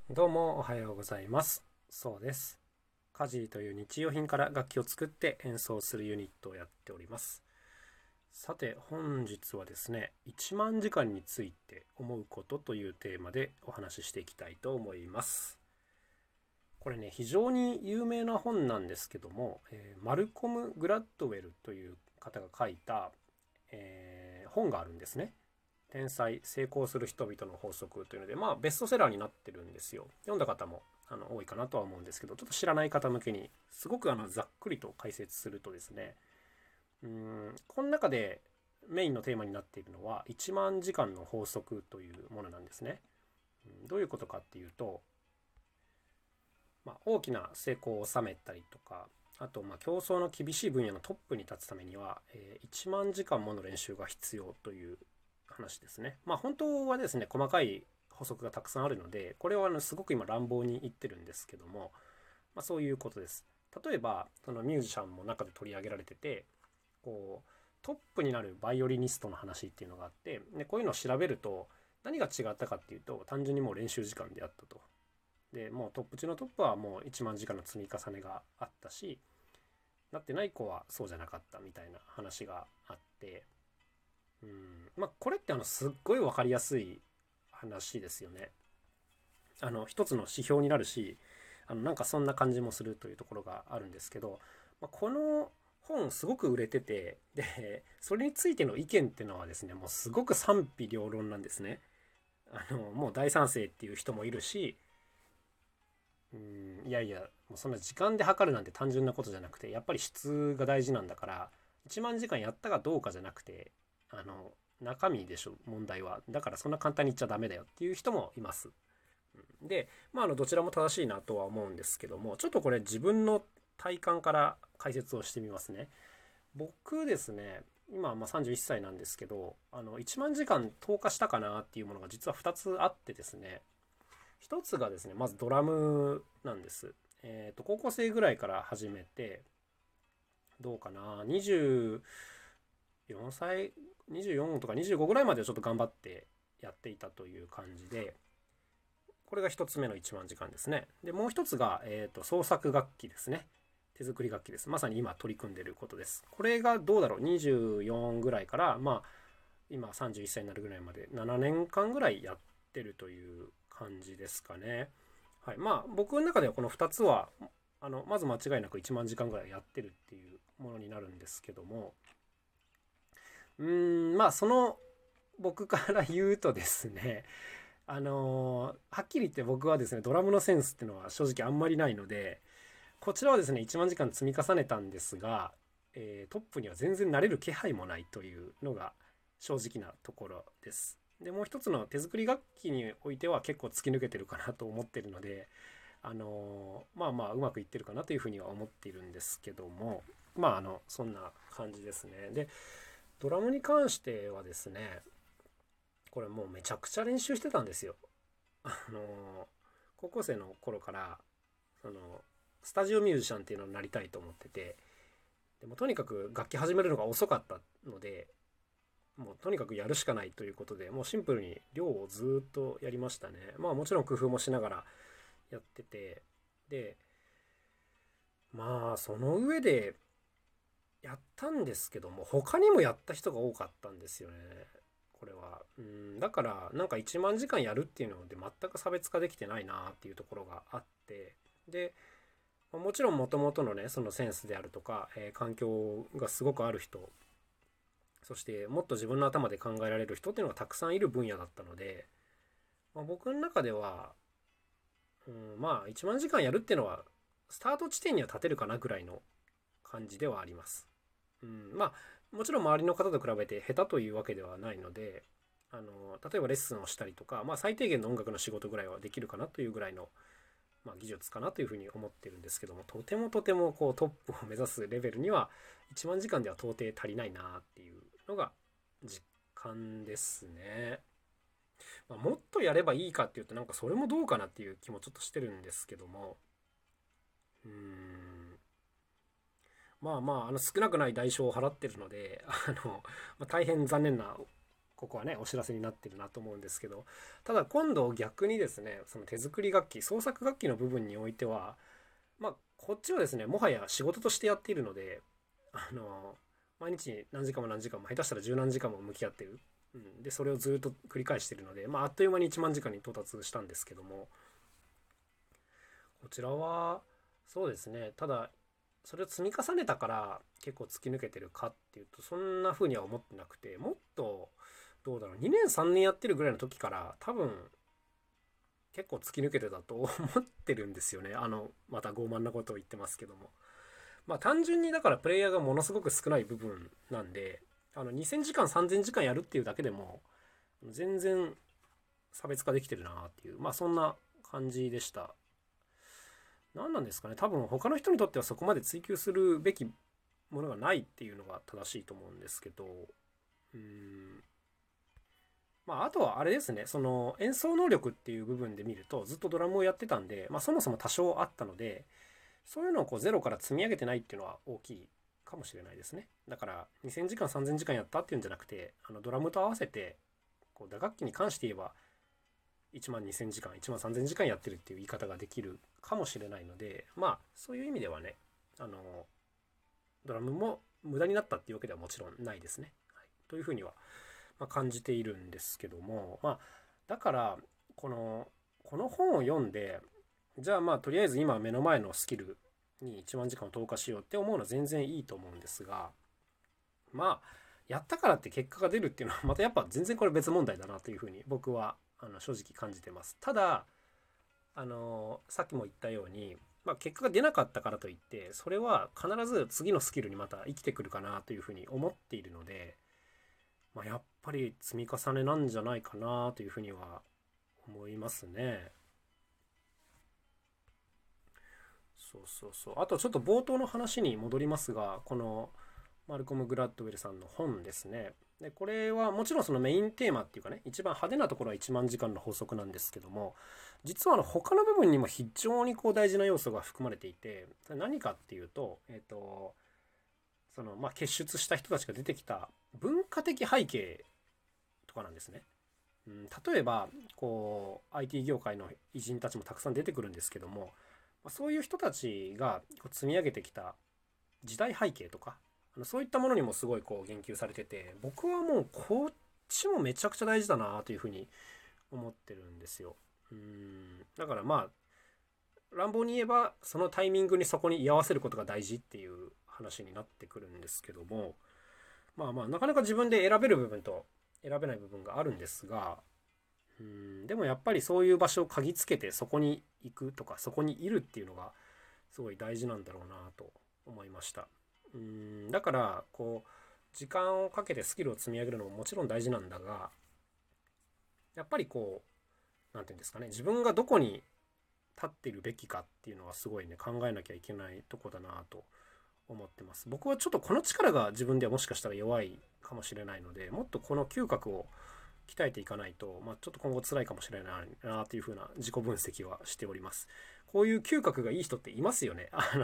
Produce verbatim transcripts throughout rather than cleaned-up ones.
どうもおはようございます。そうです。家事という日用品から楽器を作って演奏するユニットをやっております。さて本日はですね、いちまん時間について思うことというテーマでお話ししていきたいと思います。これね、非常に有名な本なんですけども、えーマルコム・グラッドウェルという方が書いた、えー本があるんですね。天才成功する人々の法則というので、まあベストセラーになってるんですよ。読んだ方もあの多いかなとは思うんですけど、ちょっと知らない方向けにすごくあのざっくりと解説するとですね、うーんこの中でメインのテーマになっているのはいちまん時間の法則というものなんですね。どういうことかっていうと、まあ、大きな成功を収めたりとか、あとまあ競争の厳しい分野のトップに立つためには、えーいちまん時間もの練習が必要という話ですね。まあ本当はですね、細かい補足がたくさんあるので、これはあのすごく今乱暴に言ってるんですけども、まあ、そういうことです。例えば、そのミュージシャンも中で取り上げられてて、こう、トップになるバイオリニストの話っていうのがあって、でこういうのを調べると、何が違ったかっていうと、単純にもう練習時間であったと。で、もうトップ中のトップはもういちまん時間の積み重ねがあったし、なってない子はそうじゃなかったみたいな話があって、うん、まあこれってあのすっごい分かりやすい話ですよね。あの一つの指標になるし、あのなんかそんな感じもするというところがあるんですけど、まあ、この本すごく売れてて、でそれについての意見っていうのはですね、もうすごく賛否両論なんですね。あのもう大賛成っていう人もいるし、うん、いやいや、もうそんな時間で測るなんて単純なことじゃなくて、やっぱり質が大事なんだから、いちまん時間やったかどうかじゃなくて、あの、中身でしょ、問題は。だからそんな簡単に言っちゃダメだよっていう人もいます。で、まあ、あの、どちらも正しいなとは思うんですけども、ちょっとこれ自分の体感から解説をしてみますね。僕ですね、今まあさんじゅういっさいなんですけど、あの、いちまん時間投下したかなっていうものが実はふたつあってですね、ひとつがですね、まずドラムなんです。えっと、高校生ぐらいから始めて、どうかな、にじゅうよんさい、にじゅうよんとかにじゅうごぐらいまではちょっと頑張ってやっていたという感じで、これがひとつめのいちまん時間ですね。で、もう一つが、えっと、創作楽器ですね。手作り楽器です。まさに今取り組んでいることです。これがどうだろう、にじゅうよんぐらいから、まあ、今さんじゅういっさいになるぐらいまでななねんかんぐらいやってるという感じですかね。はい。まあ、僕の中ではこのふたつは、あの、まず間違いなくいちまん時間ぐらいやってるっていうものになるんですけども、うーん、まあ、その僕から言うとですね、あのーはっきり言って僕はですね、ドラムのセンスっていうのは正直あんまりないので、こちらはですね、いちまん時間積み重ねたんですが、えートップには全然なれる気配もないというのが正直なところです。で、もう一つの手作り楽器においては結構突き抜けてるかなと思ってるので、あのーまあまあうまくいってるかなというふうには思っているんですけども、まああの、そんな感じですね。で、ドラムに関してはですね、これもうめちゃくちゃ練習してたんですよ。あのー高校生の頃からそのスタジオミュージシャンっていうのになりたいと思ってて、でもとにかく楽器始めるのが遅かったので、もうとにかくやるしかないということで、もうシンプルに量をずっとやりましたね。まあもちろん工夫もしながらやってて、で、まあその上でやったんですけども、他にもやった人が多かったんですよね。これは。うん、だからなんかいちまん時間やるっていうので全く差別化できてないなっていうところがあって、で、もちろんもともとのね、そのセンスであるとか、えー環境がすごくある人、そしてもっと自分の頭で考えられる人っていうのがたくさんいる分野だったので、まあ、僕の中では、うん、まあいちまん時間やるっていうのはスタート地点には立てるかなぐらいの感じではあります。うん、まあもちろん周りの方と比べて下手というわけではないので、あの例えばレッスンをしたりとか、まあ、最低限の音楽の仕事ぐらいはできるかなというぐらいの、まあ、技術かなというふうに思ってるんですけども、とてもとてもこうトップを目指すレベルにはいちまん時間では到底足りないなっていうのが実感ですね。まあ、もっとやればいいかっていうとなんかそれもどうかなっていう気もちょっとしてるんですけども、うーん、まあまあ、あの少なくない代償を払ってるので、あの、まあ、大変残念なここはねお知らせになってるなと思うんですけど、ただ今度逆にですね、その手作り楽器、創作楽器の部分においては、まあこっちはですねもはや仕事としてやっているので、あの毎日何時間も何時間も下手したら十何時間も向き合ってる、うん、でそれをずっと繰り返しているので、まあ、あっという間にいちまん時間に到達したんですけども、こちらはそうですね、ただそれを積み重ねたから結構突き抜けてるかっていうとそんな風には思ってなくて、もっとどうだろう、にねんさんねんやってるぐらいの時から多分結構突き抜けてたと思ってるんですよね。あのまた傲慢なことを言ってますけども、まあ単純にだからプレイヤーがものすごく少ない部分なんで、あのにせんじかんさんぜんじかんやるっていうだけでも全然差別化できてるなっていう、まあそんな感じでした。何なんですかね、多分他の人にとってはそこまで追求するべきものがないっていうのが正しいと思うんですけど、うーんまああとはあれですね、その演奏能力っていう部分で見るとずっとドラムをやってたんで、まあそもそも多少あったので、そういうのをこうゼロから積み上げてないっていうのは大きいかもしれないですね。だからにせんじかんさんぜんじかんやったっていうんじゃなくて、あのドラムと合わせてこう打楽器に関して言えばいちまんにせんじかんいちまんさんぜんじかんやってるっていう言い方ができるかもしれないので、まあそういう意味ではね、あのドラムも無駄になったっていうわけではもちろんないですね、はい、というふうには、まあ、感じているんですけども、まあだからこのこの本を読んで、じゃあまあとりあえず今目の前のスキルにいちまん時間を投下しようって思うのは全然いいと思うんですが、まあやったからって結果が出るっていうのはまたやっぱ全然これ別問題だなというふうに僕はあの正直感じてます。ただあのさっきも言ったように、まあ、結果が出なかったからといってそれは必ず次のスキルにまた生きてくるかなというふうに思っているので、まあ、やっぱり積み重ねなんじゃないかなというふうには思いますね。そうそうそう。あとちょっと冒頭の話に戻りますが、このマルコム・グラッドウェルさんの本ですね。で、これはもちろんそのメインテーマっていうかね、一番派手なところはいちまん時間の法則なんですけども、実はあの他の部分にも非常にこう大事な要素が含まれていて、それ何かっていうと、えっと、そのまあ結出した人たちが出てきた文化的背景とかなんですね。うん、例えばこう アイティー 業界の偉人たちもたくさん出てくるんですけども、そういう人たちが積み上げてきた時代背景とか、そういったものにもすごいこう言及されてて、僕はもうこっちもめちゃくちゃ大事だなというふうに思ってるんですよ。うんだからまあ乱暴に言えばそのタイミングにそこに居合わせることが大事っていう話になってくるんですけども、まあまあなかなか自分で選べる部分と選べない部分があるんですが、うんでもやっぱりそういう場所を嗅ぎつけてそこに行くとかそこにいるっていうのがすごい大事なんだろうなと思いました。うんだからこう時間をかけてスキルを積み上げるのももちろん大事なんだが、やっぱりこうなんていうんですかね、自分がどこに立っているべきかっていうのはすごいね考えなきゃいけないとこだなと思ってます。僕はちょっとこの力が自分ではもしかしたら弱いかもしれないので、もっとこの嗅覚を鍛えていかないと、まあ、ちょっと今後辛いかもしれないなというふうな自己分析はしております。こういう嗅覚がいい人っていますよね。あの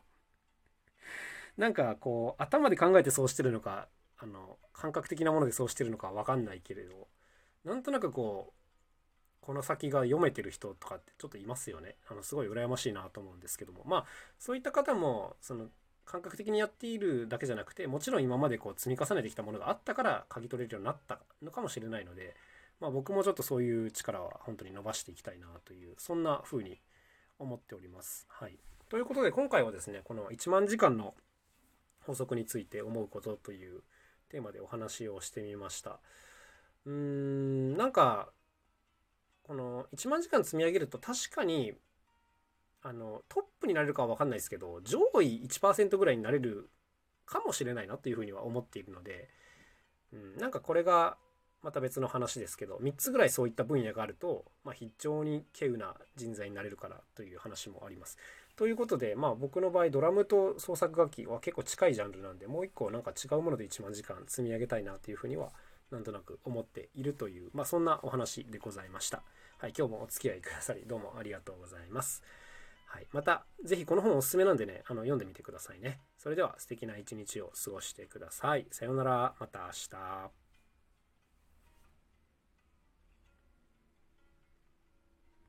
なんかこう頭で考えてそうしてるのか、あの感覚的なものでそうしてるのかわかんないけれど、なんとなくこうこの先が読めてる人とかってちょっといますよね。あのすごい羨ましいなと思うんですけども、まあそういった方もその感覚的にやっているだけじゃなくて、もちろん今までこう積み重ねてきたものがあったから嗅ぎ取れるようになったのかもしれないので、まあ、僕もちょっとそういう力は本当に伸ばしていきたいなという、そんな風に思っております。はい。ということで今回はですね、このいちまん時間の法則について思うことというテーマでお話をしてみました。うーんなんかこのいちまん時間積み上げると確かにあのトップになれるかは分かんないですけど、上位いちパーセントぐらいになれるかもしれないなというふうには思っているので、うん、なんかこれがまた別の話ですけど、みっつぐらいそういった分野があると、まあ、非常に稀有な人材になれるからという話もあります。ということで、まあ、僕の場合ドラムと創作楽器は結構近いジャンルなんで、もう一個なんか違うものでいちまん時間積み上げたいなというふうにはなんとなく思っているという、まあ、そんなお話でございました。はい、今日もお付き合いくださりどうもありがとうございます。はい、またぜひこの本おすすめなんでね、あの読んでみてくださいね。それでは素敵な一日を過ごしてください。さようなら、また明日。